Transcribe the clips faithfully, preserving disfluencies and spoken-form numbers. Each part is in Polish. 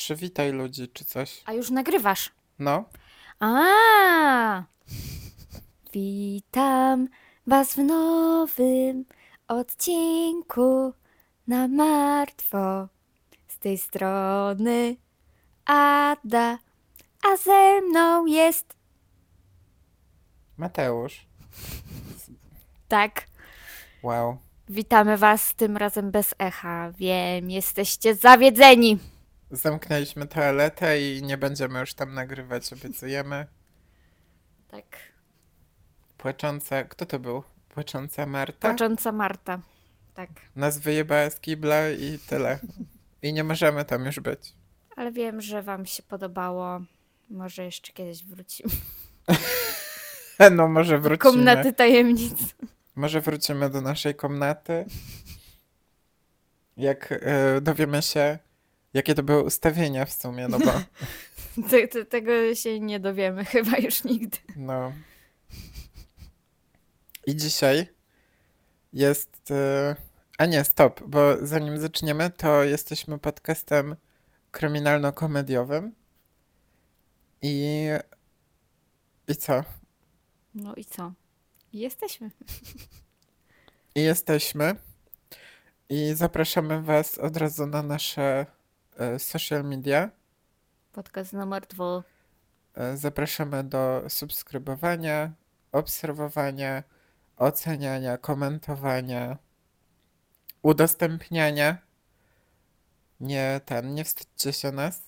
przywitaj ludzi czy coś. A już nagrywasz. No. A, witam was w nowym odcinku na martwo. Z tej strony Ada, a ze mną jest... Mateusz. Tak, Wow. witamy was tym razem bez echa. Wiem, jesteście zawiedzeni. Zamknęliśmy toaletę i nie będziemy już tam nagrywać, obiecujemy. Tak, Płacząca... Kto to był? Płacząca Marta? płacząca Marta. Tak, Nas wyjebała z kibla i tyle. I nie możemy tam już być. ale wiem, że wam się podobało. Może jeszcze kiedyś wrócimy. No może Do wrócimy. komnaty tajemnic. Może wrócimy do naszej komnaty. Jak e, dowiemy się, jakie to były ustawienia w sumie, no bo Te, te, tego się nie dowiemy chyba już nigdy. no. I dzisiaj jest... E, a nie, stop, bo zanim zaczniemy, to jesteśmy podcastem kryminalno-komediowym. I... I co? No i co? Jesteśmy. I jesteśmy. I zapraszamy was od razu na nasze e, social media. Podcast numer dwa. E, Zapraszamy do subskrybowania, obserwowania, oceniania, komentowania, udostępniania. Nie ten, nie wstydźcie się nas.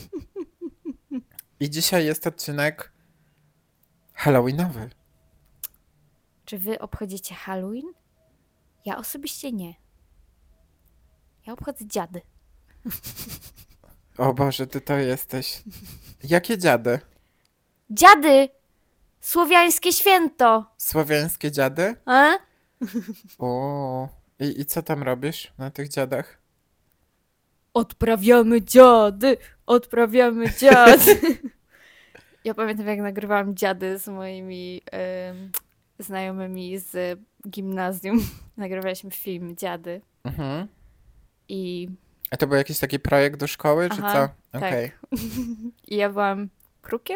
I dzisiaj jest odcinek halloweenowy. Czy wy obchodzicie Halloween? Ja osobiście nie. Ja obchodzę dziady. O Boże, ty to jesteś. Jakie dziady? Dziady! Słowiańskie święto! Słowiańskie dziady? A? O. I, I co tam robisz na tych dziadach? Odprawiamy dziady! Odprawiamy dziady! Ja pamiętam, jak nagrywałam dziady z moimi em, znajomymi z gimnazjum. Nagrywaliśmy film Dziady. Mhm. I, A to był jakiś taki projekt do szkoły, czy Aha, co? tak. Okej. I ja byłam krukiem.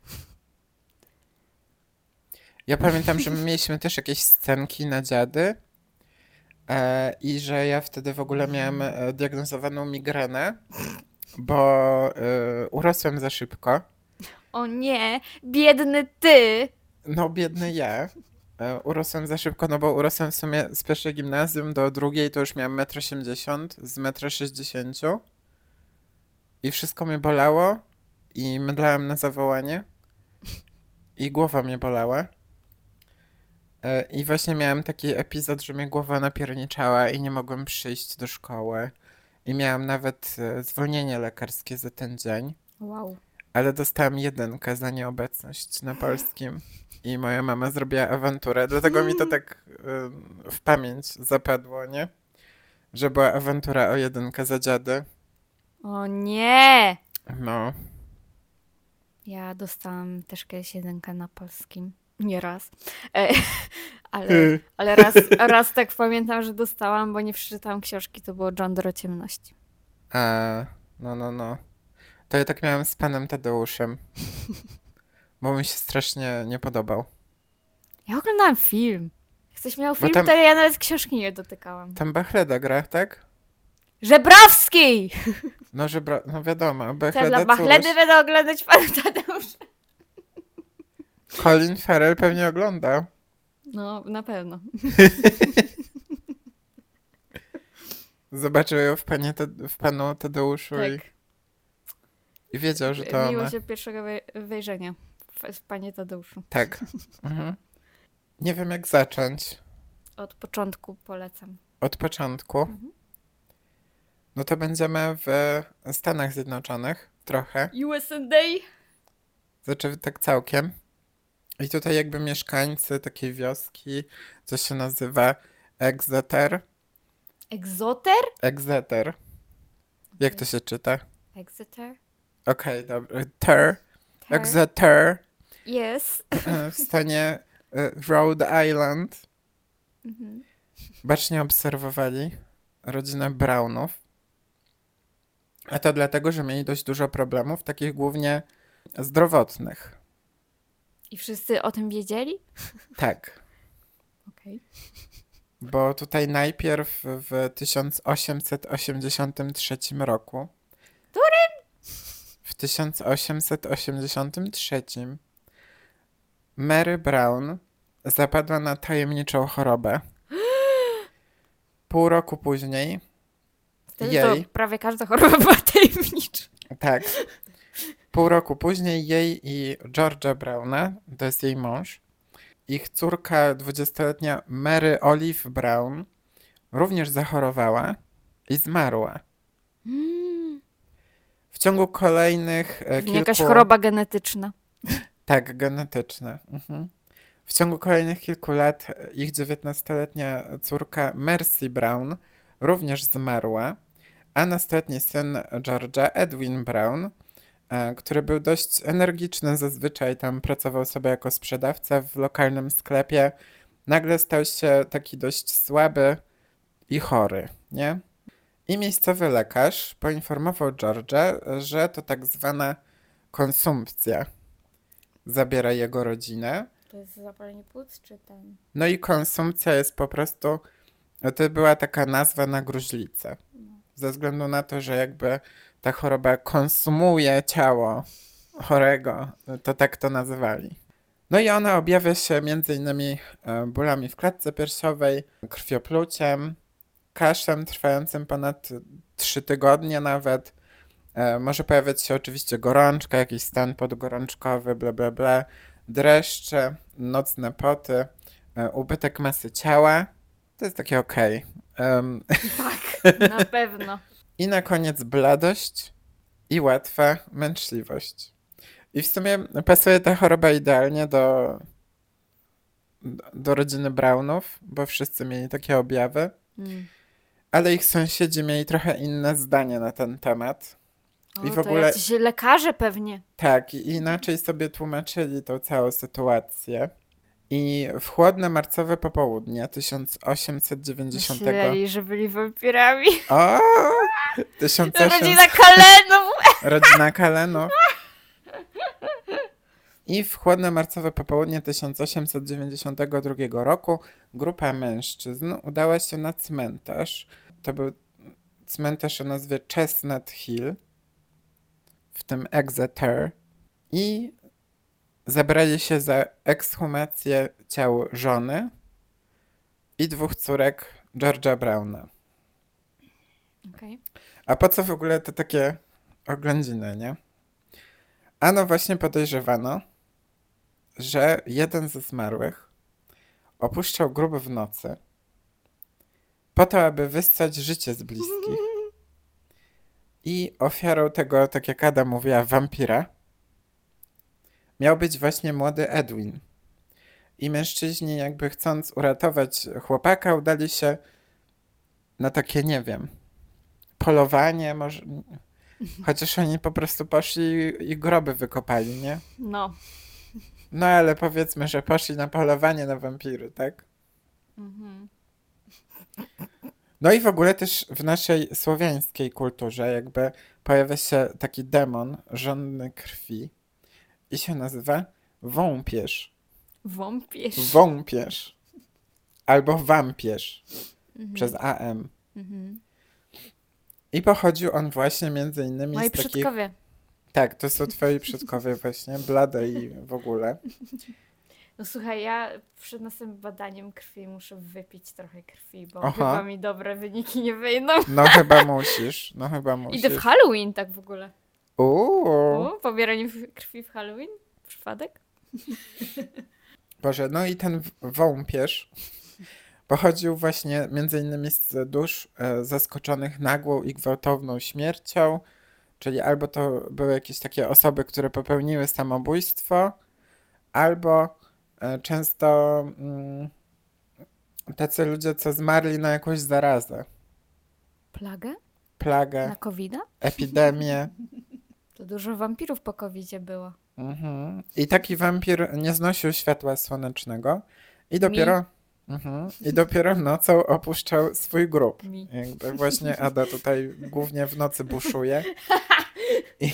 Ja pamiętam, że my mieliśmy też jakieś scenki na dziady e, i że ja wtedy w ogóle miałem e, diagnozowaną migrenę, bo e, urosłem za szybko. O nie, biedny ty! No, biedny ja. E, urosłem za szybko, no bo urosłem w sumie z pierwszej gimnazjum do drugiej, to już miałem metr osiemdziesiąt z metr sześćdziesiąt i wszystko mnie bolało i mydlałem na zawołanie i głowa mnie bolała. E, I właśnie miałem taki epizod, że mnie głowa napierniczała i nie mogłem przyjść do szkoły. I miałem nawet e, zwolnienie lekarskie za ten dzień, Wow. ale dostałem jedynkę za nieobecność na polskim. I moja mama zrobiła awanturę, dlatego mi to tak e, w pamięć zapadło, nie? Że była awantura o jedynkę za dziady. O nie! No, Ja dostałam też kiedyś jedynkę na polskim. Nie raz. E, ale Ty. ale raz, raz tak pamiętam, że dostałam, bo nie przeczytałam książki. To było Jądro ciemności. A, no, no, no. To ja tak miałem z panem Tadeuszem, bo mi się strasznie nie podobał. Ja oglądałam film. Jak ktoś miał film, tam- to ja nawet książki nie dotykałam. Tam Bachleda gra, tak? Żebrawski! No, że bra... no wiadomo, To Bachleda dla Machledy coś. będę oglądać pana Tadeusza. Colin Farrell pewnie ogląda. No, na pewno. Zobaczył ją w, panie Te... w panu Tadeuszu i... Tak. i wiedział, że to Miło ona. się pierwszego wej- wejrzenia w, w panie Tadeuszu. Tak. Mhm. Nie wiem jak zacząć. Od początku polecam. Od początku. Mhm. No to będziemy w Stanach Zjednoczonych trochę. U S A. Znaczy tak całkiem. I tutaj jakby mieszkańcy takiej wioski, co się nazywa Exeter. Exoter? Exeter. Jak to się czyta? Exeter? Okej, dobra. Ter. Ter? Exeter. Yes. W stanie e, Rhode Island. Mhm. Bacznie obserwowali rodzinę Brownów. A to dlatego, że mieli dość dużo problemów, takich głównie zdrowotnych. I wszyscy o tym wiedzieli? Tak, Okej. bo tutaj najpierw w tysiąc osiemset osiemdziesiątym trzecim roku. W tysiąc osiemset osiemdziesiątym trzecim Mary Brown zapadła na tajemniczą chorobę. Pół roku później Wtedy jej, to prawie każda choroba była tajemnicza. tak, pół roku później jej i George'a Browna, to jest jej mąż, ich córka dwudziestoletnia Mary Olive Brown również zachorowała i zmarła. Mm, W ciągu kolejnych e, pewnie jakaś kilku... choroba genetyczna. Tak, genetyczne. Mhm. W ciągu kolejnych kilku lat e, ich dziewiętnastoletnia córka Mercy Brown również zmarła, a nastoletni syn George'a, Edwin Brown, e, który był dość energiczny, zazwyczaj tam pracował sobie jako sprzedawca w lokalnym sklepie, nagle stał się taki dość słaby i chory, nie? I miejscowy lekarz poinformował George'a, że to tak zwana konsumpcja zabiera jego rodzinę. To jest zapalenie płuc, czy ten? No i konsumpcja jest po prostu, no to była taka nazwa na gruźlicę. Ze względu na to, że jakby ta choroba konsumuje ciało chorego, to tak to nazywali. No i ona objawia się między innymi e, bólami w klatce piersiowej, krwiopluciem, kaszem trwającym ponad trzy tygodnie nawet. E, może pojawiać się oczywiście gorączka, jakiś stan podgorączkowy, bla bla bla, dreszcze, nocne poty, e, ubytek masy ciała. To jest takie okej. Em, Tak, na pewno. I na koniec bladość i łatwa męczliwość. I w sumie pasuje ta choroba idealnie do, do rodziny Brownów, bo wszyscy mieli takie objawy, Mm. ale ich sąsiedzi mieli trochę inne zdanie na ten temat. O, I w to ogóle jacyś lekarze pewnie. tak, i inaczej sobie tłumaczyli tą całą sytuację. I w chłodne marcowe popołudnie tysiąc osiemset dziewięćdziesiątego... Myśleli, że byli wampirami. O! tysiąc osiemset... Rodzina Kalenów. Rodzina Kalenów. I w chłodne marcowe popołudnie tysiąc osiemset dziewięćdziesiątego drugiego roku grupa mężczyzn udała się na cmentarz. To był cmentarz o nazwie Chestnut Hill, w tym Exeter. I zabrali się za ekshumację ciał żony i dwóch córek George'a Browna. Okej. A po co w ogóle to takie oględziny, nie? Ano właśnie podejrzewano, że jeden ze zmarłych opuszczał grób w nocy po to, aby wyssać życie z bliskich. I ofiarą tego, tak jak Ada mówiła, wampira miał być właśnie młody Edwin. I mężczyźni, jakby chcąc uratować chłopaka, udali się na takie, nie wiem, polowanie, może. Chociaż oni po prostu poszli i groby wykopali, nie? No. No ale powiedzmy, że poszli na polowanie na wampiry, tak? Mhm. No i w ogóle też w naszej słowiańskiej kulturze jakby pojawia się taki demon żonny krwi i się nazywa wąpierz. Wąpierz. Wąpierz. Albo wampierz Mhm. przez A M. Mhm. I pochodził on właśnie między innymi Moi z takich... przodkowie. Tak, to są twoi przodkowie właśnie, blade i w ogóle. No słuchaj, ja przed następnym badaniem krwi muszę wypić trochę krwi, bo Aha. chyba mi dobre wyniki nie wyjdą. No chyba musisz, no chyba musisz. Idę w Halloween tak w ogóle. Uuu. O, pobieranie w- krwi w Halloween? Przypadek? Boże, no i ten w- wąpierz pochodził właśnie między innymi z dusz e, zaskoczonych nagłą i gwałtowną śmiercią, czyli albo to były jakieś takie osoby, które popełniły samobójstwo, albo e, często mm, tacy ludzie, co zmarli na jakąś zarazę, Plagę? Na plagę, kowida? epidemię. To dużo wampirów po kowidzie było. Mhm. I taki wampir nie znosił światła słonecznego i dopiero Mhm. I dopiero nocą opuszczał swój grób. Mi. Jakby właśnie Ada tutaj głównie w nocy buszuje. I...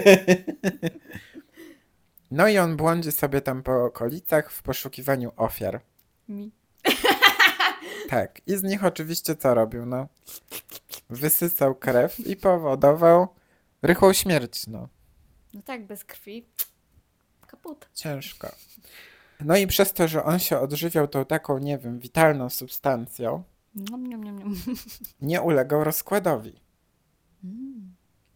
No i on błądzi sobie tam po okolicach w poszukiwaniu ofiar. Mi. Tak. I z nich oczywiście co robił? No, wysysał krew i powodował rychłą śmierć. No, No tak, bez krwi. Kaput. ciężko. No i przez to, że on się odżywiał tą taką, nie wiem, witalną substancją, Niam, niam, niam, niam. nie ulegał rozkładowi. Mm.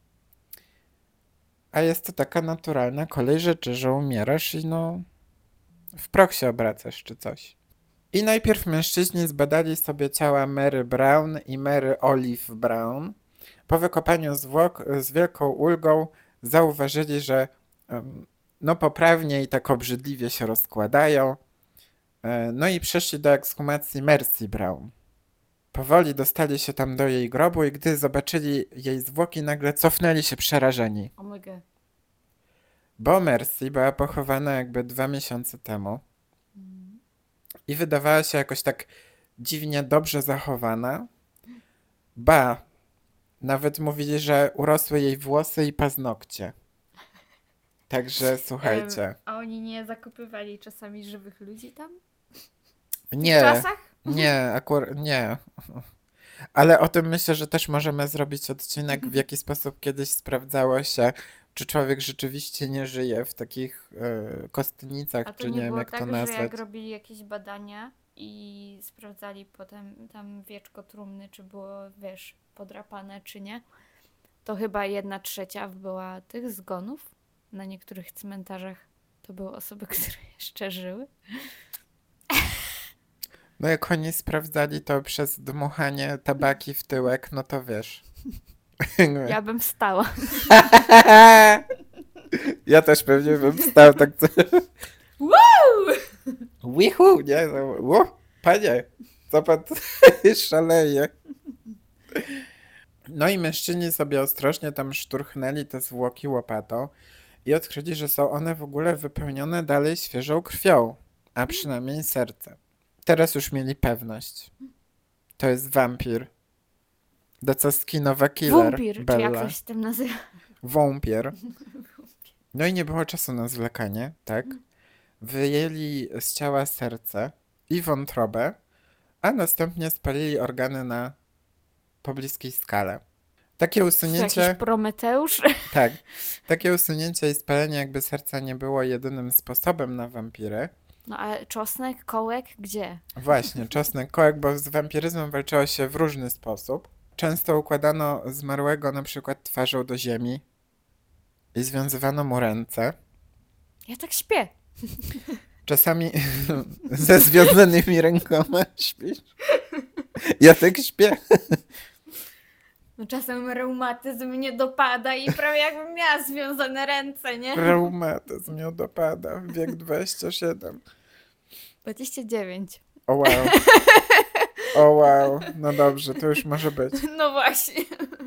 A jest to taka naturalna kolej rzeczy, że umierasz i no w proch się obracasz czy coś. I najpierw mężczyźni zbadali sobie ciała Mary Brown i Mary Olive Brown. Po wykopaniu zwłok z wielką ulgą zauważyli, że em, no poprawnie i tak obrzydliwie się rozkładają. E, No i przeszli do ekshumacji Mercy Brown. Powoli dostali się tam do jej grobu i gdy zobaczyli jej zwłoki, nagle cofnęli się przerażeni. Oh my god. Bo Mercy była pochowana jakby dwa miesiące temu Mm. i wydawała się jakoś tak dziwnie dobrze zachowana. Ba, nawet mówili, że urosły jej włosy i paznokcie. Także słuchajcie. Em, a oni nie zakopywali czasami żywych ludzi tam? W Nie, tych czasach? nie, akurat nie. Ale o tym myślę, że też możemy zrobić odcinek, w jaki sposób kiedyś sprawdzało się, czy człowiek rzeczywiście nie żyje w takich e, kostnicach, A to czy nie nie wiem było jak tak, to że nazwać. jak robili jakieś badania i sprawdzali potem tam wieczko trumny, czy było, wiesz, podrapane, czy nie, to chyba jedna trzecia była tych zgonów na niektórych cmentarzach. To były osoby, które jeszcze żyły. No jak oni sprawdzali to przez dmuchanie tabaki w tyłek, no to wiesz. Ja bym wstała. Ja też pewnie bym wstał tak. Woo! Wihu, nie? No, ło, panie, co pan szaleje? No i mężczyźni sobie ostrożnie tam szturchnęli te zwłoki łopatą i odkryli, że są one w ogóle wypełnione dalej świeżą krwią, a przynajmniej serce. Teraz już mieli pewność. To jest wampir. Decoskinowa killer, Wumpir, czy Bella. jak to się tym nazywa? Wąpier. No i nie było czasu na zwlekanie, tak? Wyjęli z ciała serce i wątrobę, a następnie spalili organy na pobliskiej skale. Takie To usunięcie, jakiś Prometeusz? tak, takie usunięcie i spalenie jakby serca nie było jedynym sposobem na wampiry. No a czosnek, kołek, gdzie? Właśnie, czosnek, kołek, bo z wampiryzmem walczyło się w różny sposób. Często układano zmarłego na przykład twarzą do ziemi i związywano mu ręce. Ja tak śpię. Czasami ze związanymi rękoma śpisz. Ja tak śpię. No czasem reumatyzm mnie dopada i prawie jakbym miała związane ręce, nie? Reumatyzm mnie dopada. Wiek dwadzieścia siedem. dwadzieścia dziewięć. O wow. O wow. No dobrze, to już może być. No właśnie.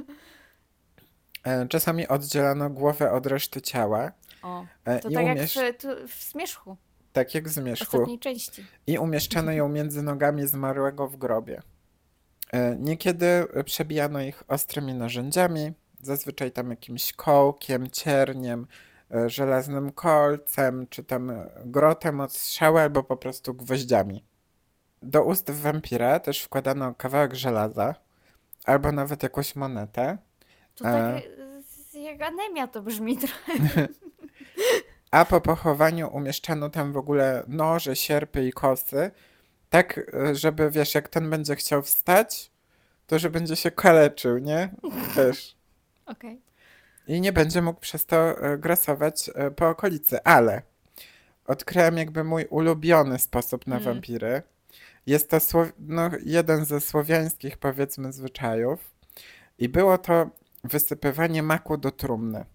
E, Czasami oddzielano głowę od reszty ciała. O, e, to i tak jak umiesz... w, tu, w Zmierzchu, Tak jak w w Zmierzchu. ostatniej części. I umieszczano ją między nogami zmarłego w grobie. E, Niekiedy przebijano ich ostrymi narzędziami, zazwyczaj tam jakimś kołkiem, cierniem, e, żelaznym kolcem, czy tam e, grotem od strzały, albo po prostu gwoździami. Do ust wampira też wkładano kawałek żelaza, albo nawet jakąś monetę, To A. tak y, jak anemia to brzmi trochę. a po pochowaniu umieszczano tam w ogóle noże, sierpy i kosy, tak, e, żeby wiesz, jak ten będzie chciał wstać, to że będzie się kaleczył, nie? Też. Okej. I nie będzie mógł przez to e, grasować e, po okolicy, ale odkryłem jakby mój ulubiony sposób na Mm. wampiry. Jest to słow- no, jeden ze słowiańskich, powiedzmy, zwyczajów. I było to wysypywanie maku do trumny.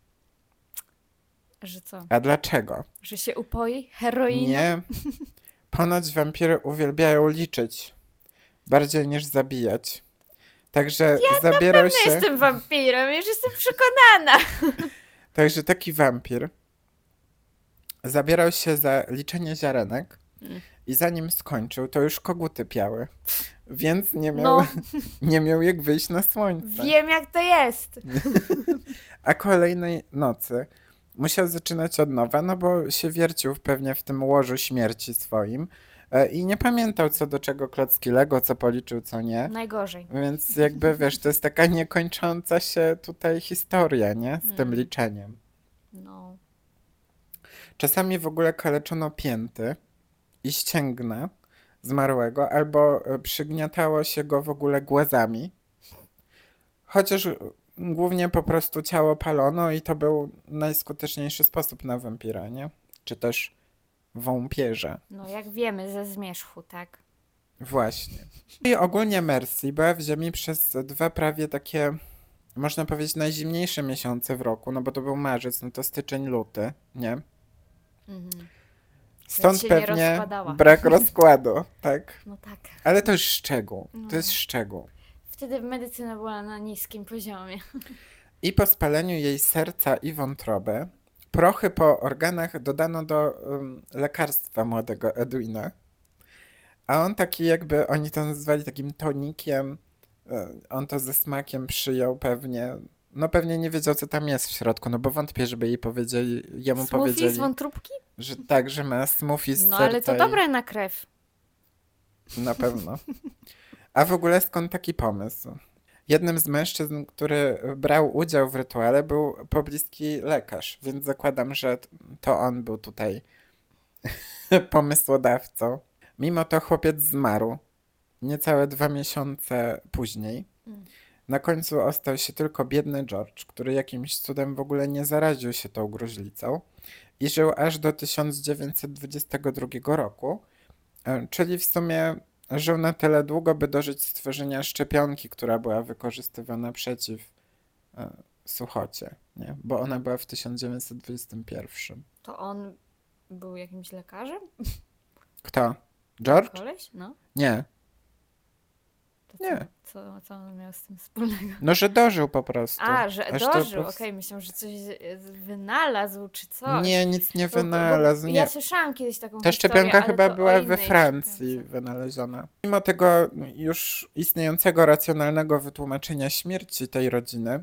Że co? A dlaczego? Że się upoi? Heroiną? Nie. Ponoć wampiry uwielbiają liczyć bardziej niż zabijać. Także zabierał No się. jestem wampirem, już jestem przekonana. Także taki wampir zabierał się za liczenie ziarenek Mm. I zanim skończył, to już koguty piały. Więc nie miał, No, nie miał jak wyjść na słońce. wiem jak to jest. A kolejnej nocy musiał zaczynać od nowa, no bo się wiercił pewnie w tym łożu śmierci swoim e, i nie pamiętał co do czego klocki Lego, co policzył, co nie. Najgorzej. Więc jakby wiesz, to jest taka niekończąca się tutaj historia, nie? Z tym Mm. liczeniem. No. Czasami w ogóle kaleczono pięty i ścięgna zmarłego, albo e, przygniatało się go w ogóle głazami. Chociaż e, głównie po prostu ciało palono i to był najskuteczniejszy sposób na wampira, nie? Czy też wąpierza. No, jak wiemy ze zmierzchu, tak? Właśnie. I ogólnie Mercy była w ziemi przez dwa prawie takie, można powiedzieć, najzimniejsze miesiące w roku, no bo to był marzec, no to styczeń, luty, nie? Mhm. Stąd się nie pewnie rozkładała. brak rozkładu, tak? No tak. Ale to jest szczegół. To No. jest szczegół. Wtedy medycyna była na niskim poziomie. I po spaleniu jej serca i wątroby, prochy po organach dodano do um, lekarstwa młodego Edwina. A on taki jakby, oni to nazywali takim tonikiem, e, on to ze smakiem przyjął pewnie. No pewnie nie wiedział, co tam jest w środku, no bo wątpię, żeby jej powiedzieli, jemu Smoothie powiedzieli, z wątróbki? że tak, że ma smoothie z No serca ale to i... dobre na krew. Na pewno. A w ogóle skąd taki pomysł? Jednym z mężczyzn, który brał udział w rytuale, był pobliski lekarz, więc zakładam, że t- to on był tutaj pomysłodawcą. Mimo to chłopiec zmarł niecałe dwa miesiące później. Mm. Na końcu ostał się tylko biedny George, który jakimś cudem w ogóle nie zaraził się tą gruźlicą i żył aż do tysiąc dziewięćset dwudziestego drugiego roku, e, czyli w sumie żył na tyle długo, by dożyć stworzenia szczepionki, która była wykorzystywana przeciw e, suchocie, nie? Bo ona była w tysiąc dziewięćset dwudziestym pierwszym. To on był jakimś lekarzem? Kto? George? Koleś? No. Nie. To co, Nie. Co, co on miał z tym wspólnego? No, że dożył po prostu. A, że Aż to dożył. powst- Okej, myślałam, że coś z- z- wynalazł czy coś. Nie, nic nie Bo- bo- bo wynalazł. Ja Nie. słyszałam kiedyś taką Ta historię, szczepionka ale chyba to o była we innej Francji szczepionce. wynaleziona. Mimo tego już istniejącego racjonalnego wytłumaczenia śmierci tej rodziny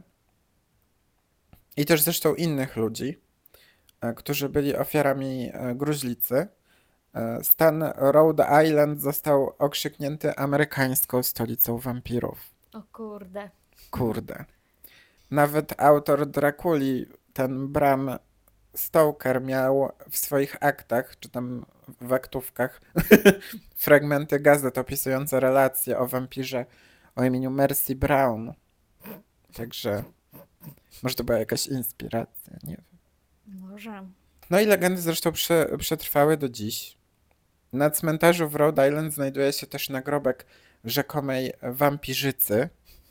i też zresztą innych ludzi, e, którzy byli ofiarami e, gruźlicy, e, stan Rhode Island został okrzyknięty amerykańską stolicą wampirów. O kurde. Kurde. Nawet autor Drakuli, ten Bram Stoker, miał w swoich aktach, czy tam w aktówkach, fragmenty gazet opisujące relacje o wampirze o imieniu Mercy Brown. Także może to była jakaś inspiracja, nie wiem. Może. No i legendy zresztą prze, przetrwały do dziś. Na cmentarzu w Rhode Island znajduje się też nagrobek rzekomej wampirzycy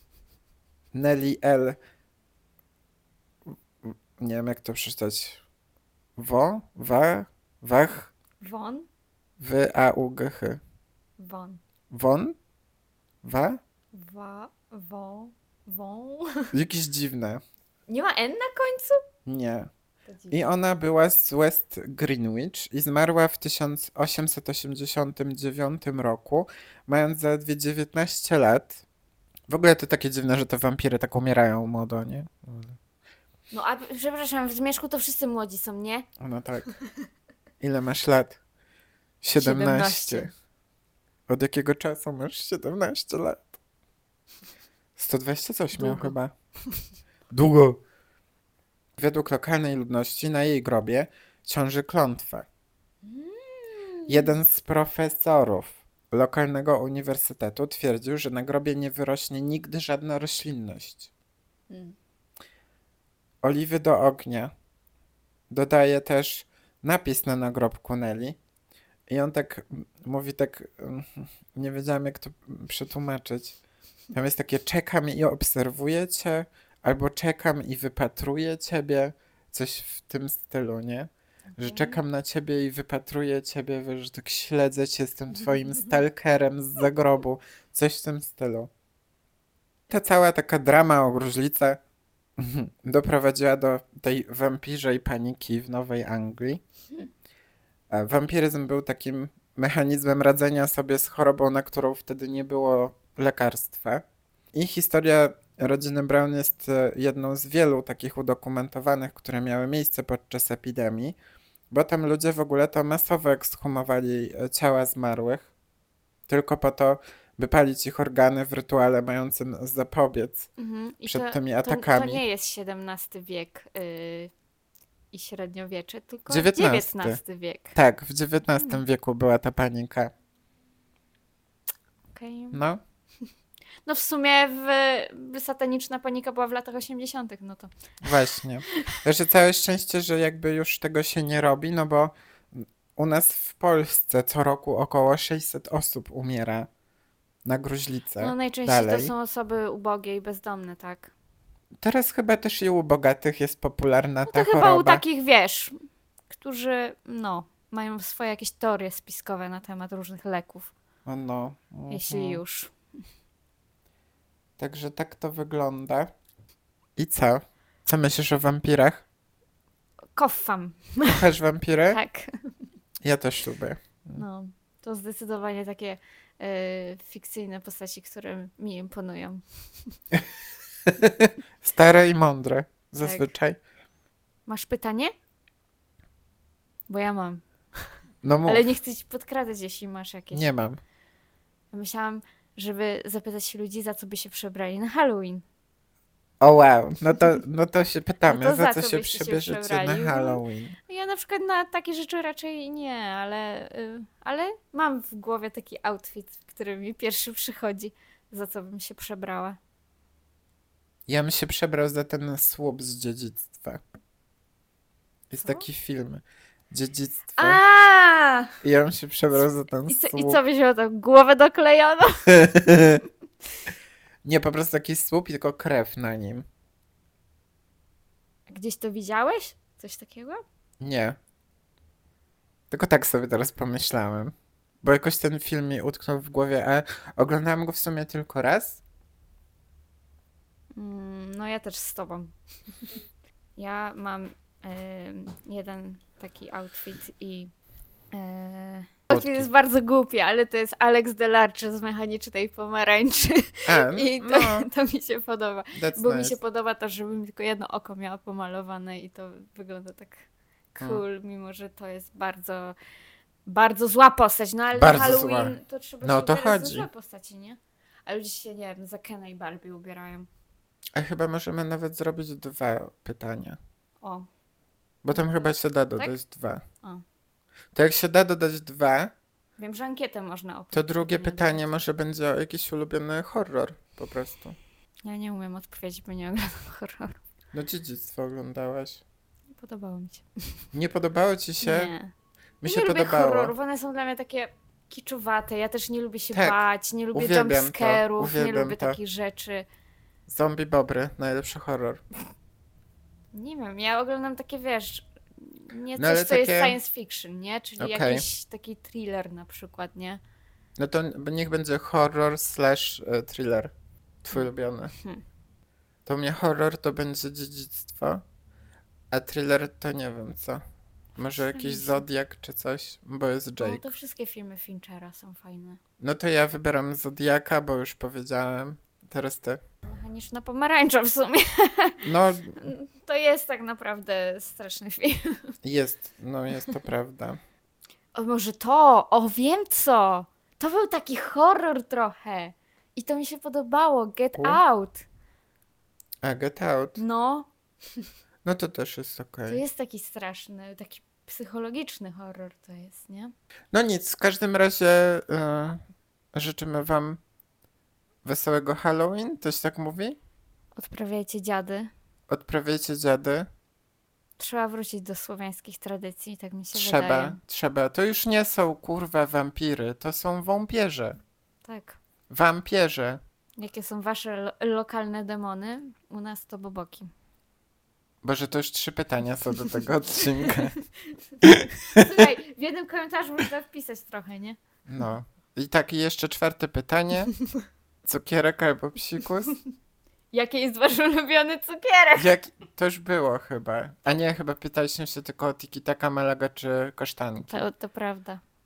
Nellie L. Nie wiem jak to przeczytać. Wo? Wa? Wach? Won? W A U G H. Won. Won? Wa? Wa. Wo. Wą. Jakieś dziwne. Nie ma N na końcu? Nie. To dziwne. I ona była z West Greenwich i zmarła w tysiąc osiemset osiemdziesiątym dziewiątym roku, mając zaledwie dziewiętnaście lat. W ogóle to takie dziwne, że te wampiry tak umierają młodo, nie? No a przepraszam, w Zmierzchu to wszyscy młodzi są, nie? No tak. Ile masz lat? siedemnaście. siedemnaście. Od jakiego czasu masz siedemnaście lat? sto dwadzieścia coś miał Długo. chyba. Długo. Według lokalnej ludności na jej grobie ciąży klątwa. Jeden z profesorów lokalnego uniwersytetu twierdził, że na grobie nie wyrośnie nigdy żadna roślinność. Mm. Oliwy do ognia. Dodaje też napis na nagrobku Nelly. I on tak m, mówi tak, mm, nie wiedziałem jak to przetłumaczyć. Tam jest takie czekam i obserwuję cię, albo czekam i wypatruję ciebie. Coś w tym stylu, nie? Że Okej. czekam na ciebie i wypatruję ciebie, wiesz, że tak śledzę cię, jestem twoim stalkerem z zagrobu. Coś w tym stylu. Ta cała taka drama o gruźlicę doprowadziła do tej wampirzej paniki w Nowej Anglii. A wampiryzm był takim mechanizmem radzenia sobie z chorobą, na którą wtedy nie było lekarstwa. I historia rodziny Brown jest e, jedną z wielu takich udokumentowanych, które miały miejsce podczas epidemii, bo tam ludzie w ogóle to masowo ekshumowali e, ciała zmarłych, tylko po to, by palić ich organy w rytuale mającym zapobiec Mhm. I przed to, tymi to, to atakami. nie jest siedemnasty wiek yy, i średniowiecze, tylko dziewiętnasty. dziewiętnasty wiek. Tak, w dziewiętnastym Mm. wieku była ta panika. Okej. No, No w sumie w, sataniczna panika była w latach osiemdziesiątych, no to właśnie. Także całe szczęście, że jakby już tego się nie robi, no bo u nas w Polsce co roku około sześćset osób umiera na gruźlicę. no najczęściej to Dalej. są osoby ubogie i bezdomne, tak? Teraz chyba też i u bogatych jest popularna No ta to chyba u choroba. takich, wiesz, którzy, no, mają swoje jakieś teorie spiskowe na temat różnych leków, O no. jeśli mhm. już. Także tak to wygląda. I co? Co myślisz o wampirach? Kocham, Kochasz wampiry? tak. Ja też lubię. No, to zdecydowanie takie e, fikcyjne postaci, które mi imponują. Stare i mądre. Zazwyczaj. Masz pytanie? Bo ja mam. No mów. Ale nie chcę ci podkradać, jeśli masz jakieś. Nie mam. Ja myślałam, żeby zapytać ludzi, za co by się przebrali na Halloween. O wow. No to, no to się pytamy, No to za za co co się byście się przebierzecie przebrali? na Halloween? Ja na przykład na takie rzeczy raczej nie, ale, y, ale mam w głowie taki outfit, który mi pierwszy przychodzi, za co bym się przebrała. Ja bym się przebrał za ten słup z dziedzictwa. Jest Co? taki film. Dziedzictwo. A! I ja bym się przebrał za ten I co, słup. I co byś miał tam? Głowę doklejoną? Nie, po prostu taki słup i tylko krew na nim. Gdzieś to widziałeś? Coś takiego? Nie. Tylko tak sobie teraz pomyślałem. Bo jakoś ten film mi utknął w głowie, a oglądałem go w sumie tylko raz. Mm, no ja też z tobą. Ja mam em, jeden taki outfit i e, outfit jest bardzo głupi, ale to jest Alex Delarge z Mechanicznej Pomarańczy A, i to, no, to mi się podoba. that's Bo mi nice. się podoba to, żebym tylko jedno oko miała pomalowane i to wygląda tak cool, mimo że to jest bardzo, bardzo zła postać. No ale Bardzo na Halloween zła. to trzeba No się o to ubierać za chodzi. złe postaci, nie? A ludzie się, nie wiem, za Kena i Barbie ubierają. A chyba możemy nawet zrobić dwa pytania. O, Bo tam chyba się da dodać dwa. o. To jak się da dodać dwa, Wiem, że ankietę można oprócz to drugie pytania pytanie dodać. może będzie o jakiś ulubiony horror po prostu. Ja nie umiem odpowiedzieć, bo nie oglądam horroru. No dziedzictwo oglądałaś. Nie podobało mi się. Nie podobało ci się? Nie. Mi Ja się nie lubię podobało. horrorów, one są dla mnie takie kiczowate. Ja też nie lubię się Tak, bać, nie lubię uwielbiam to, jumpscarów, nie uwielbiam lubię to. takich rzeczy. Zombie Bobry, najlepszy horror. Nie wiem, ja oglądam takie, wiesz, nie No coś, ale co jest takie- science fiction, nie? Czyli Okej. jakiś taki thriller na przykład, nie? No to niech będzie horror slash e, thriller. Twój Hmm. ulubiony. Hmm. To u mnie horror to będzie dziedzictwo, a thriller to nie wiem co. Może jakiś Myślę. Zodiak czy coś, bo jest No Jake. to wszystkie filmy Finchera są fajne. No to ja wybieram Zodiaka, bo już powiedziałem. Teraz ty. Mechaniczna Pomarańcza w sumie. No To jest tak naprawdę straszny film. jest, no jest to prawda. O, może to? O, wiem co! To był taki horror trochę. I to mi się podobało. Get U? Out. A Get Out. No, No to też jest to okej. jest taki straszny, taki psychologiczny horror to jest, nie? No nic, w każdym razie e, życzymy wam wesołego Halloween, to się tak mówi? Odprawiajcie dziady. Odprawiajcie dziady. Trzeba wrócić do słowiańskich tradycji, tak mi się Trzeba, wydaje. trzeba. To już nie są kurwa wampiry, to są wąpierze. Tak. Wampierze. Jakie są wasze lo- lokalne demony? U nas to boboki. Boże, to już trzy pytania są do tego odcinka. Słuchaj, w jednym komentarzu można wpisać trochę, nie? No. I tak, i jeszcze czwarte pytanie. Cukierek albo psikus? Jaki jest wasz ulubiony cukierek? Jak... To już było chyba. A nie, chyba pytaliśmy się tylko o tiki taka, malaga czy kasztanki. To, to prawda.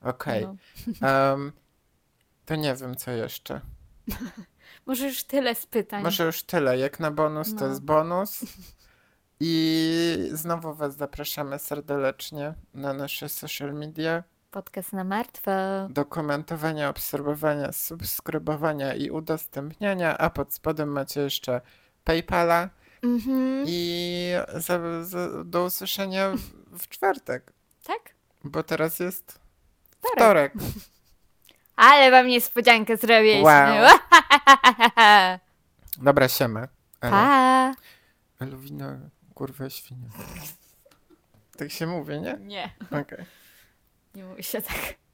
Okej. No. Em, to nie wiem, co jeszcze. Może już tyle z pytań. Może już tyle. Jak na bonus, to No. jest bonus. I znowu Was zapraszamy serdecznie na nasze social media Podcast na martwo. do komentowania, obserwowania, subskrybowania i udostępniania, a pod spodem macie jeszcze PayPala Mhm. i za, za, do usłyszenia w, w czwartek, Tak? bo teraz jest Wtorek. wtorek. Ale wam niespodziankę zrobiliśmy. Wow. Dobra, siema. Elo. Pa! Eluwina, kurwa, świnia. Tak się mówi, nie? Nie, Okej. nie mówi się tak.